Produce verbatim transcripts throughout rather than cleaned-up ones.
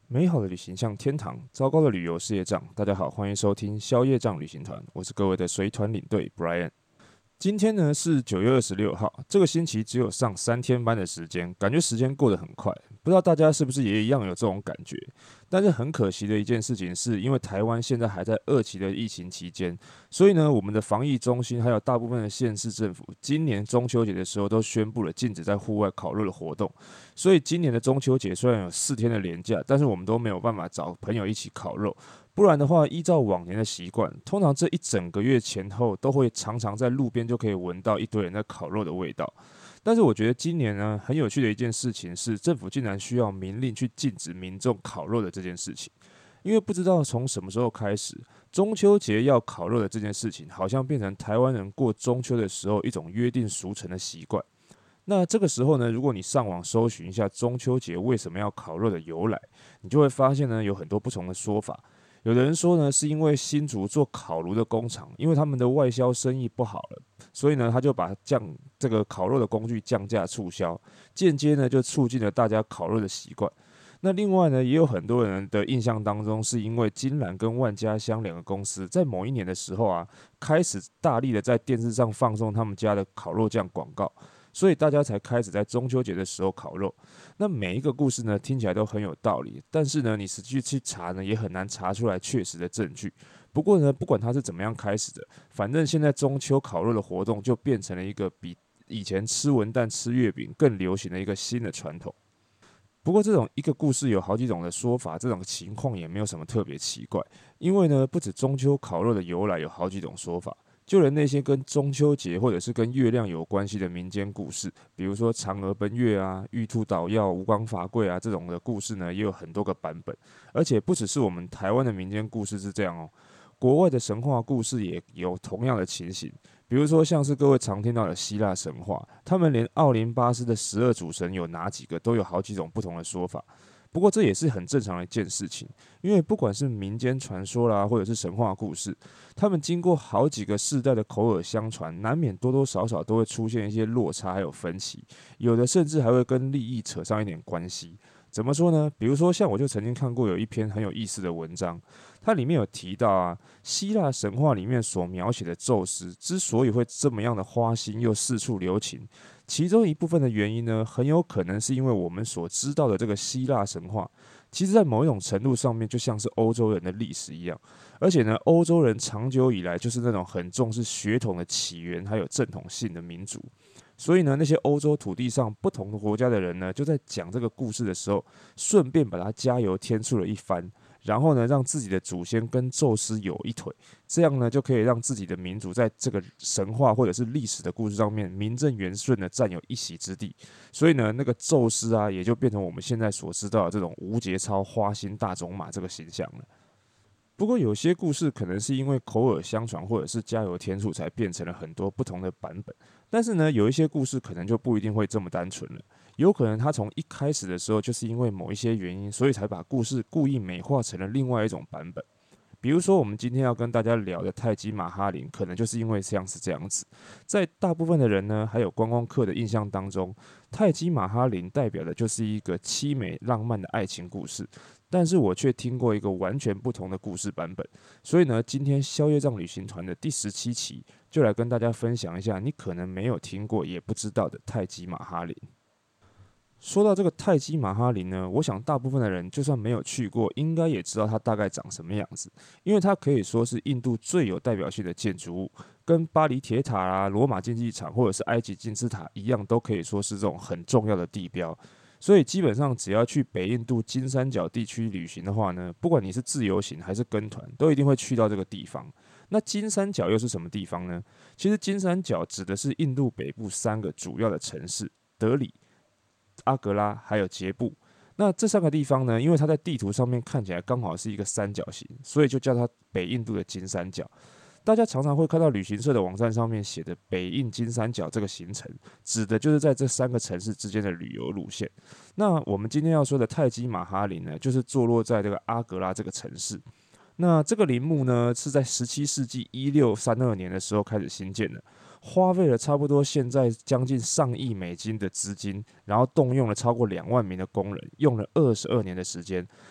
美好的旅行像天堂，糟糕的旅游是业障。大家好，欢迎收听宵夜障旅行团，我是各位的随团领队 Brian。今天呢是九月二十六号，这个星期只有上三天班的时间，感觉时间过得很快。不知道大家是不是也一样有这种感觉？但是很可惜的一件事情是，因为台湾现在还在二期的疫情期间，所以呢，我们的防疫中心还有大部分的县市政府，今年中秋节的时候都宣布了禁止在户外烤肉的活动。所以今年的中秋节虽然有四天的连假，但是我们都没有办法找朋友一起烤肉。不然的话，依照往年的习惯，通常这一整个月前后都会常常在路边就可以闻到一堆人在烤肉的味道。但是我觉得今年呢，很有趣的一件事情是，政府竟然需要明令去禁止民众烤肉的这件事情。因为不知道从什么时候开始，中秋节要烤肉的这件事情，好像变成台湾人过中秋的时候一种约定俗成的习惯。那这个时候呢，如果你上网搜寻一下中秋节为什么要烤肉的由来，你就会发现呢，有很多不同的说法。有的人说呢，是因为新竹做烤炉的工厂，因为他们的外销生意不好了，所以呢，他就把降这个烤肉的工具降价促销，间接呢就促进了大家烤肉的习惯。那另外呢，也有很多人的印象当中，是因为金兰跟万家香两个公司在某一年的时候啊，开始大力的在电视上放送他们家的烤肉酱广告，所以大家才开始在中秋节的时候烤肉。那每一个故事呢，听起来都很有道理，但是呢，你实际去查呢，也很难查出来确实的证据。不过呢，不管它是怎么样开始的，反正现在中秋烤肉的活动就变成了一个比以前吃文旦、吃月饼更流行的一个新的传统。不过，这种一个故事有好几种的说法，这种情况也没有什么特别奇怪，因为呢，不止中秋烤肉的由来有好几种说法。就连那些跟中秋节或者是跟月亮有关系的民间故事，比如说嫦娥奔月啊、玉兔捣药、吴刚伐桂啊这种的故事呢，也有很多个版本。而且不只是我们台湾的民间故事是这样哦，国外的神话故事也有同样的情形。比如说像是各位常听到的希腊神话，他们连奥林巴斯的十二主神有哪几个，都有好几种不同的说法。不过这也是很正常的一件事情，因为不管是民间传说啦，或者是神话故事，他们经过好几个世代的口耳相传，难免多多少少都会出现一些落差还有分歧，有的甚至还会跟利益扯上一点关系。怎么说呢？比如说，像我就曾经看过有一篇很有意思的文章，它里面有提到啊，希腊神话里面所描写的宙斯之所以会这么样的花心又四处留情，其中一部分的原因呢，很有可能是因为我们所知道的这个希腊神话，其实在某一种程度上面就像是欧洲人的历史一样，而且呢，欧洲人长久以来就是那种很重视血统的起源还有正统性的民族。所以呢，那些欧洲土地上不同的国家的人呢，就在讲这个故事的时候，顺便把它加油添醋了一番，然后呢，让自己的祖先跟宙斯有一腿，这样呢，就可以让自己的民族在这个神话或者是历史的故事上面名正言顺的占有一席之地。所以呢，那个宙斯啊，也就变成我们现在所知道的这种无节操、花心大种马这个形象了。不过有些故事可能是因为口耳相传或者是加油添醋，才变成了很多不同的版本。但是呢，有一些故事可能就不一定会这么单纯了，有可能他从一开始的时候就是因为某一些原因，所以才把故事故意美化成了另外一种版本。比如说，我们今天要跟大家聊的泰姬玛哈陵，可能就是因为像是这样子，在大部分的人呢，还有观光客的印象当中，泰姬玛哈陵代表的就是一个凄美浪漫的爱情故事，但是我却听过一个完全不同的故事版本。所以呢，今天宵夜帐旅行团的第十七期，就来跟大家分享一下你可能没有听过也不知道的泰姬玛哈陵。说到这个泰姬玛哈陵呢，我想大部分的人就算没有去过，应该也知道它大概长什么样子，因为它可以说是印度最有代表性的建筑物，跟巴黎铁塔啊、罗马竞技场或者是埃及金字塔一样，都可以说是这种很重要的地标。所以基本上只要去北印度金三角地区旅行的话呢，不管你是自由行还是跟团，都一定会去到这个地方。那金三角又是什么地方呢？其实金三角指的是印度北部三个主要的城市：德里、阿格拉还有杰布。那这三个地方呢，因为它在地图上面看起来刚好是一个三角形，所以就叫它北印度的金三角。大家常常会看到旅行社的网站上面写的北印金三角这个行程，指的就是在这三个城市之间的旅游路线。那我们今天要说的泰姬玛哈陵呢，就是坐落在这个阿格拉这个城市。那这个陵墓呢，是在十七世纪一六三二年的时候开始兴建的，花费了差不多现在将近上亿美金的资金，然后动用了超过两万名的工人，用了二十二年的时间，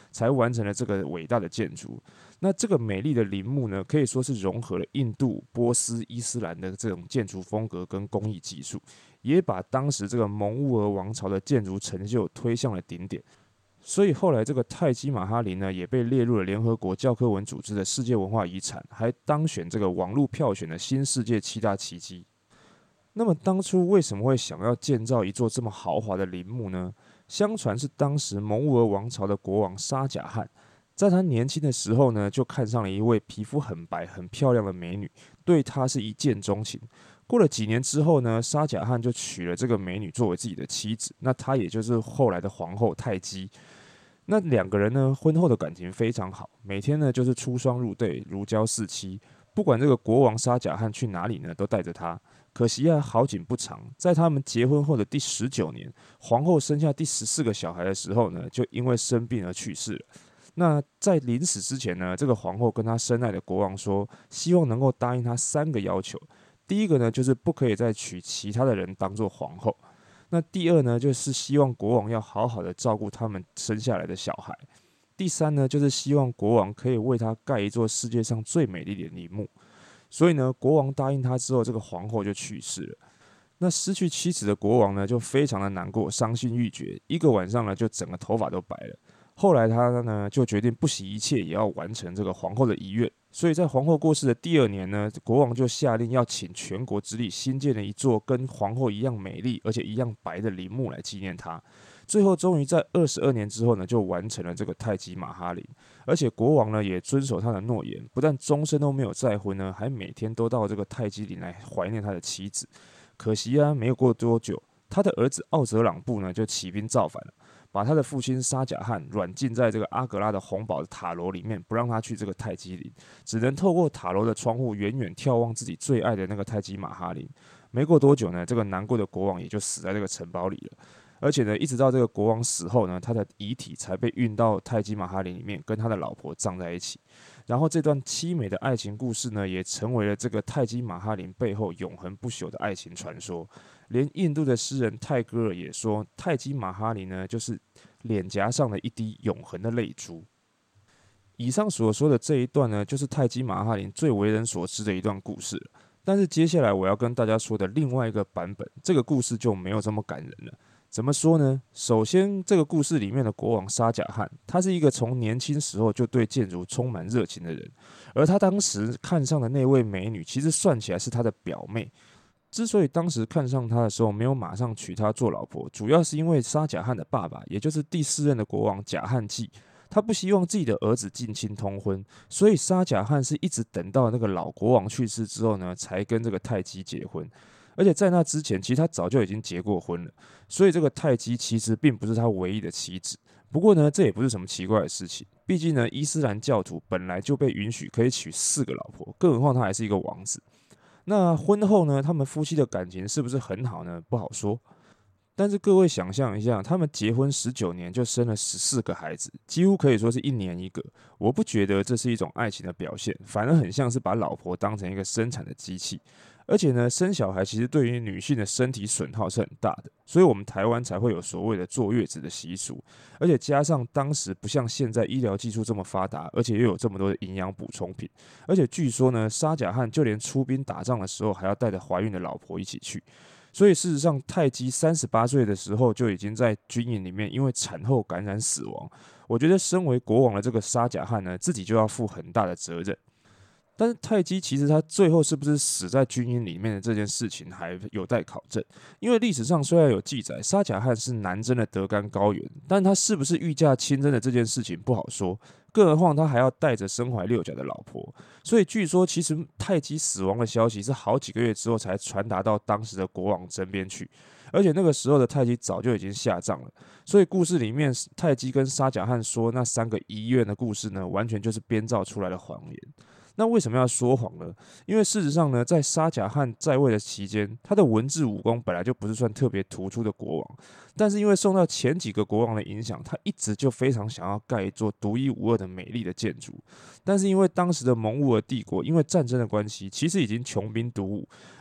才完成了这个伟大的建筑。那这个美丽的陵墓呢，可以说是融合了印度、波斯、伊斯兰的这种建筑风格跟工艺技术，也把当时这个蒙兀儿王朝的建筑成就推向了顶点。所以后来这个泰姬玛哈陵呢，也被列入了联合国教科文组织的世界文化遗产，还当选这个网络票选的新世界七大奇迹。那么当初为什么会想要建造一座这么豪华的陵墓呢？相传是当时蒙兀儿王朝的国王沙贾汗，在他年轻的时候呢，就看上了一位皮肤很白、很漂亮的美女，对她是一见钟情。过了几年之后呢，沙贾汗就娶了这个美女作为自己的妻子，那她也就是后来的皇后泰姬。那两个人呢，婚后的感情非常好，每天呢就是出双入对，如胶似漆。不管这个国王沙贾汗去哪里呢，都带着她。可惜啊，好景不长，在他们结婚后的第十九年，皇后生下第十四个小孩的时候呢，就因为生病而去世了。那在临死之前呢，这个皇后跟她深爱的国王说，希望能够答应他三个要求。第一个呢，就是不可以再娶其他的人当做皇后。那第二呢，就是希望国王要好好的照顾他们生下来的小孩。第三呢，就是希望国王可以为他盖一座世界上最美丽的陵墓。所以呢，国王答应他之后，这个皇后就去世了。那失去妻子的国王呢，就非常的难过，伤心欲绝，一个晚上呢，就整个头发都白了。后来他呢，就决定不惜一切也要完成这个皇后的遗愿。所以在皇后过世的第二年呢，国王就下令要请全国之力新建了一座跟皇后一样美丽而且一样白的陵墓来纪念她。最后终于在二十二年之后呢，就完成了这个泰姬玛哈陵。而且国王呢也遵守他的诺言，不但终身都没有再婚呢，还每天都到这个泰姬陵来怀念他的妻子。可惜啊，没有过多久，他的儿子奥泽朗布呢就起兵造反了，把他的父亲沙贾汗软禁在这个阿格拉的红宝的塔楼里面，不让他去这个泰姬陵，只能透过塔楼的窗户远远眺望自己最爱的那个泰姬玛哈陵。没过多久呢，这个难过的国王也就死在这个城堡里了。而且呢，一直到这个国王死后呢，他的遗体才被运到泰姬玛哈陵里面，跟他的老婆葬在一起。然后这段凄美的爱情故事呢，也成为了这个泰姬玛哈陵背后永恒不朽的爱情传说。连印度的诗人泰戈尔也说，泰姬玛哈陵呢，就是脸颊上的一滴永恒的泪珠。以上所说的这一段呢，就是泰姬玛哈陵最为人所知的一段故事了。但是接下来我要跟大家说的另外一个版本，这个故事就没有这么感人了。怎么说呢？首先，这个故事里面的国王沙贾汗，他是一个从年轻时候就对建筑充满热情的人，而他当时看上的那位美女，其实算起来是他的表妹。之所以当时看上她的时候没有马上娶她做老婆，主要是因为沙贾汗的爸爸，也就是第四任的国王贾汗济，他不希望自己的儿子近亲通婚，所以沙贾汗是一直等到那个老国王去世之后呢，才跟这个泰姬结婚。而且在那之前，其实他早就已经结过婚了，所以这个泰姬其实并不是他唯一的妻子。不过呢，这也不是什么奇怪的事情，毕竟呢，伊斯兰教徒本来就被允许可以娶四个老婆，更何况他还是一个王子。那婚后呢，他们夫妻的感情是不是很好呢？不好说。但是各位想象一下，他们结婚十九年就生了十四个孩子，几乎可以说是一年一个。我不觉得这是一种爱情的表现，反而很像是把老婆当成一个生产的机器。而且呢，生小孩其实对于女性的身体损耗是很大的，所以我们台湾才会有所谓的坐月子的习俗。而且加上当时不像现在医疗技术这么发达，而且又有这么多的营养补充品。而且据说呢，沙贾汗就连出兵打仗的时候，还要带着怀孕的老婆一起去。所以事实上，泰姬三十八岁的时候就已经在军营里面因为产后感染死亡。我觉得身为国王的这个沙贾汗呢，自己就要负很大的责任。但是泰姬其实他最后是不是死在军营里面的这件事情还有待考证，因为历史上虽然有记载沙贾汗是南征的德干高原，但他是不是御驾亲征的这件事情不好说，更何况他还要带着身怀六甲的老婆，所以据说其实泰姬死亡的消息是好几个月之后才传达到当时的国王身边去，而且那个时候的泰姬早就已经下葬了，所以故事里面泰姬跟沙贾汗说那三个遗愿的故事呢，完全就是编造出来的谎言。那为什么要说谎呢？因为事实上呢，在沙贾汗在位的期间，他的文治武功本来就不是算特别突出的国王，但是因为受到前几个国王的影响，他一直就非常想要盖一座独一无二的美丽的建筑。但是因为当时的蒙兀儿帝国因为战争的关系，其实已经穷兵黩武，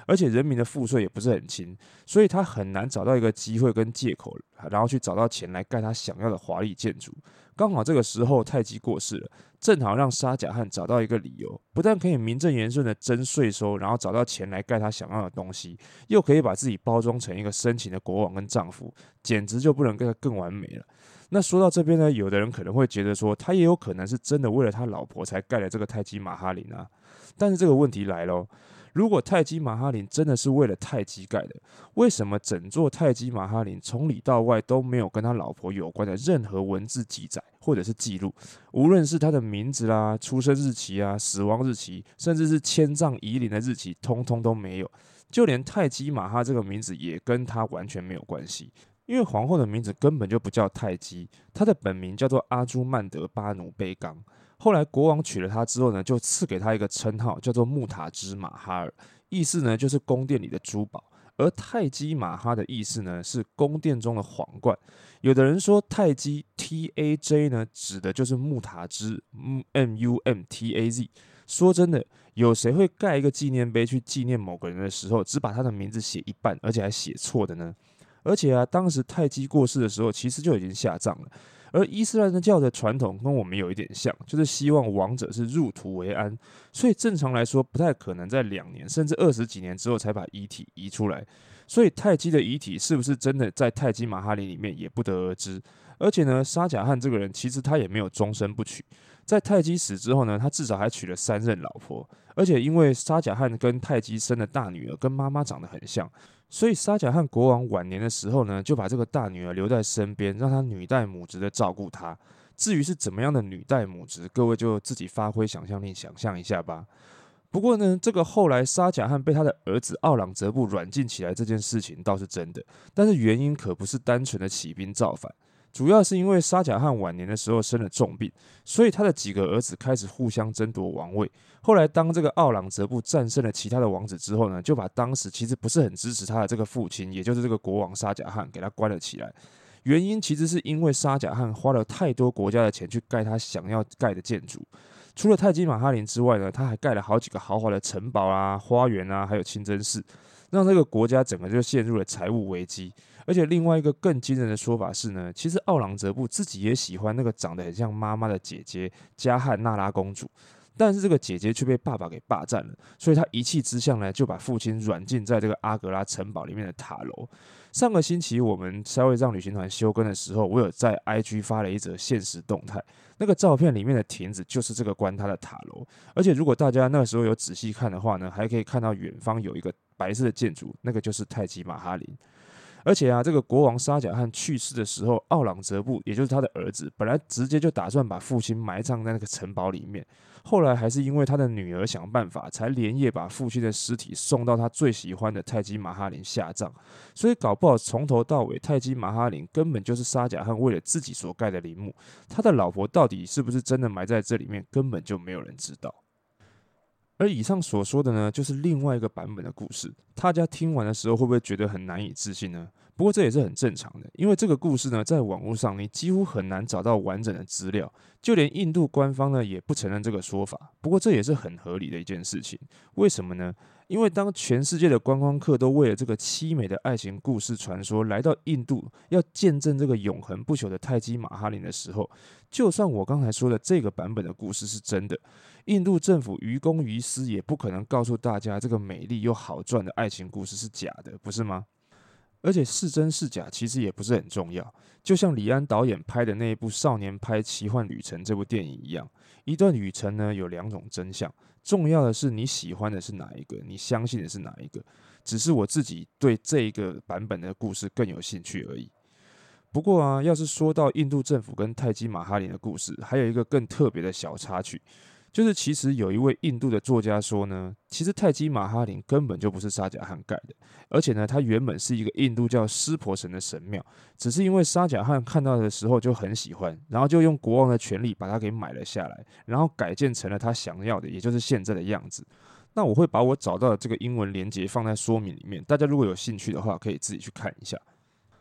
而且人民的赋税也不是很轻，所以他很难找到一个机会跟借口，然后去找到钱来盖他想要的华丽建筑。刚好这个时候泰姬过世了，正好让沙贾汉找到一个理由，不但可以名正言顺的征税收，然后找到钱来盖他想要的东西，又可以把自己包装成一个深情的国王跟丈夫，简直就不能更更完美了。那说到这边呢，有的人可能会觉得说，他也有可能是真的为了他老婆才盖了这个泰姬玛哈陵啊。但是这个问题来咯，如果泰姬玛哈陵真的是为了泰姬盖的，为什么整座泰姬玛哈陵从里到外都没有跟他老婆有关的任何文字记载或者是记录？无论是他的名字啦、出生日期啊、死亡日期，甚至是迁葬夷陵的日期，通通都没有。就连泰姬玛哈这个名字也跟他完全没有关系。因为皇后的名字根本就不叫泰姬，她的本名叫做阿朱曼德巴努贝刚。后来国王娶了她之后呢，就赐给她一个称号，叫做木塔芝马哈尔，意思呢就是宫殿里的珠宝。而泰姬玛哈的意思呢是宫殿中的皇冠。有的人说泰姬 T A J 呢指的就是木塔芝 M U M T A Z。说真的，有谁会盖一个纪念碑去纪念某个人的时候，只把他的名字写一半，而且还写错的呢？而且啊，当时泰姬过世的时候，其实就已经下葬了。而伊斯兰教的传统跟我们有一点像，就是希望亡者是入土为安，所以正常来说不太可能在两年甚至二十几年之后才把遗体移出来。所以泰姬的遗体是不是真的在泰姬玛哈陵里面也不得而知。而且呢，沙贾汉这个人其实他也没有终身不娶，在泰姬死之后呢，他至少还娶了三任老婆。而且因为沙贾汉跟泰姬生的大女儿跟妈妈长得很像，所以沙贾汉国王晚年的时候呢，就把这个大女儿留在身边，让她女代母职的照顾她。至于是怎么样的女代母职，各位就自己发挥想象力想象一下吧。不过呢，这个后来沙贾汉被他的儿子奥朗则布软禁起来这件事情倒是真的，但是原因可不是单纯的起兵造反。主要是因为沙贾汉晚年的时候生了重病，所以他的几个儿子开始互相争夺王位。后来当这个奥朗则布战胜了其他的王子之后呢，就把当时其实不是很支持他的这个父亲，也就是这个国王沙贾汉给他关了起来。原因其实是因为沙贾汉花了太多国家的钱去盖他想要盖的建筑。除了泰姬玛哈陵之外呢，他还盖了好几个豪华的城堡啊、花园啊，还有清真寺，让这个国家整个就陷入了财务危机。而且另外一个更惊人的说法是呢，其实奥朗则布自己也喜欢那个长得很像妈妈的姐姐加汉娜拉公主，但是这个姐姐却被爸爸给霸占了，所以他一气之下呢，就把父亲软禁在这个阿格拉城堡里面的塔楼。上个星期我们消业障旅行团休更的时候，我有在 I G 发了一则限时动态，那个照片里面的亭子就是这个关塔的塔楼。而且如果大家那个时候有仔细看的话呢，还可以看到远方有一个白色的建筑，那个就是泰姬玛哈陵。而且啊，这个国王沙贾汉去世的时候，奥朗则布也就是他的儿子，本来直接就打算把父亲埋葬在那个城堡里面，后来还是因为他的女儿想办法，才连夜把父亲的尸体送到他最喜欢的泰姬玛哈陵下葬。所以搞不好从头到尾，泰姬玛哈陵根本就是沙贾汉为了自己所盖的陵墓，他的老婆到底是不是真的埋在这里面，根本就没有人知道。而以上所说的呢，就是另外一个版本的故事。大家听完的时候会不会觉得很难以置信呢？不过这也是很正常的，因为这个故事呢，在网络上你几乎很难找到完整的资料，就连印度官方呢也不承认这个说法。不过这也是很合理的一件事情。为什么呢？因为当全世界的观光客都为了这个凄美的爱情故事传说来到印度，要见证这个永恒不朽的泰姬玛哈陵的时候，就算我刚才说的这个版本的故事是真的，印度政府于公于私也不可能告诉大家这个美丽又好赚的爱情故事是假的，不是吗？而且是真是假其实也不是很重要，就像李安导演拍的那一部《少年派奇幻旅程》这部电影一样，一段旅程呢有两种真相，重要的是你喜欢的是哪一个，你相信的是哪一个，只是我自己对这一个版本的故事更有兴趣而已。不过啊，要是说到印度政府跟泰姬玛哈陵的故事，还有一个更特别的小插曲，就是其实有一位印度的作家说呢，其实泰姬玛哈陵根本就不是沙贾汉盖的，而且呢，它原本是一个印度叫湿婆神的神庙，只是因为沙贾汉看到的时候就很喜欢，然后就用国王的权力把它给买了下来，然后改建成了他想要的，也就是现在的样子。那我会把我找到的这个英文连结放在说明里面，大家如果有兴趣的话，可以自己去看一下。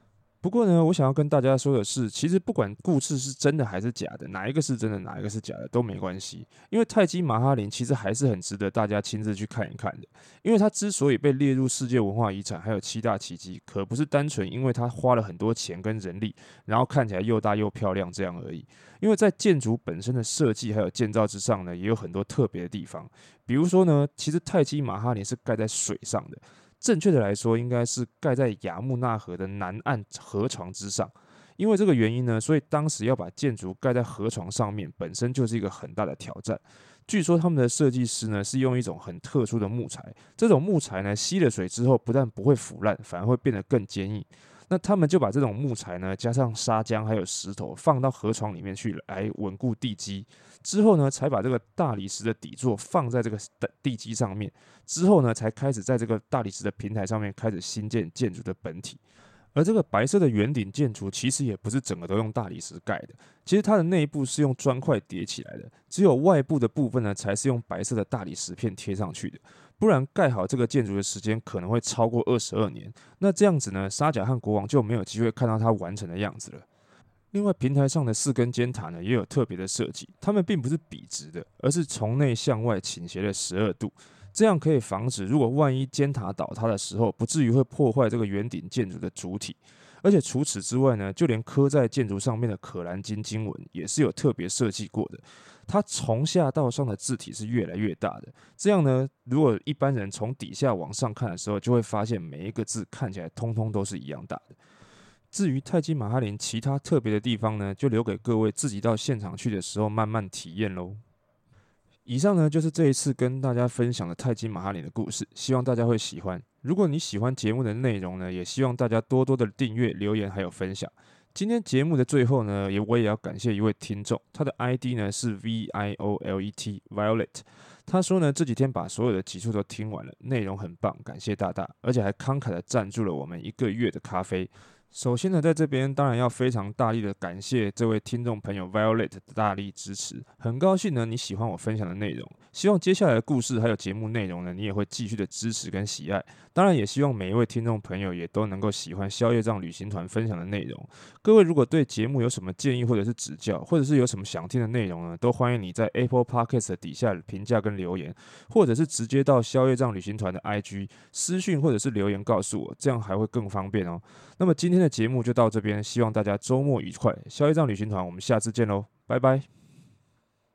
不过呢，我想要跟大家说的是，其实不管故事是真的还是假的，哪一个是真的，哪一个是假的都没关系，因为泰姬玛哈陵其实还是很值得大家亲自去看一看的。因为它之所以被列入世界文化遗产，还有七大奇迹，可不是单纯因为它花了很多钱跟人力，然后看起来又大又漂亮这样而已。因为在建筑本身的设计还有建造之上呢，也有很多特别的地方。比如说呢，其实泰姬玛哈陵是盖在水上的。正确的来说，应该是盖在雅穆纳河的南岸河床之上。因为这个原因呢，所以当时要把建筑盖在河床上面，本身就是一个很大的挑战。据说他们的设计师呢，是用一种很特殊的木材，这种木材呢，吸了水之后，不但不会腐烂，反而会变得更坚硬。那他们就把这种木材呢，加上砂浆还有石头，放到河床里面去，来稳固地基。之后呢，才把这个大理石的底座放在这个地基上面。之后呢，才开始在这个大理石的平台上面开始新建建筑的本体。而这个白色的圆顶建筑其实也不是整个都用大理石盖的，其实它的内部是用砖块叠起来的，只有外部的部分呢才是用白色的大理石片贴上去的。不然盖好这个建筑的时间可能会超过二十二年，那这样子呢，沙贾和国王就没有机会看到它完成的样子了。另外，平台上的四根尖塔呢，也有特别的设计，它们并不是笔直的，而是从内向外倾斜了十二度，这样可以防止如果万一尖塔倒塌的时候，不至于会破坏这个圆顶建筑的主体。而且除此之外呢，就连刻在建筑上面的可兰经经文也是有特别设计过的，它从下到上的字体是越来越大的。这样呢，如果一般人从底下往上看的时候，就会发现每一个字看起来通通都是一样大的。至于泰姬玛哈陵其他特别的地方呢，就留给各位自己到现场去的时候慢慢体验喽。以上呢就是这一次跟大家分享的泰姬玛哈陵的故事，希望大家会喜欢。如果你喜欢节目的内容呢，也希望大家多多的订阅、留言还有分享。今天节目的最后呢，也我也要感谢一位听众，他的 I D 呢是 V I O L E T Violet。他说呢，这几天把所有的集数都听完了，内容很棒，感谢大大，而且还慷慨的赞助了我们一个月的咖啡。首先呢，在这边当然要非常大力的感谢这位听众朋友 Violet 的大力支持，很高兴呢你喜欢我分享的内容，希望接下来的故事还有节目内容呢，你也会继续的支持跟喜爱。当然也希望每一位听众朋友也都能够喜欢宵夜账旅行团分享的内容。各位如果对节目有什么建议或者是指教，或者是有什么想听的内容呢，都欢迎你在 Apple Podcast 的底下评价跟留言，或者是直接到宵夜账旅行团的 I G 私讯或者是留言告诉我，这样还会更方便哦。那么今天的节目就到这边，希望大家周末愉快。宵夜账旅行团，我们下次见喽，拜拜。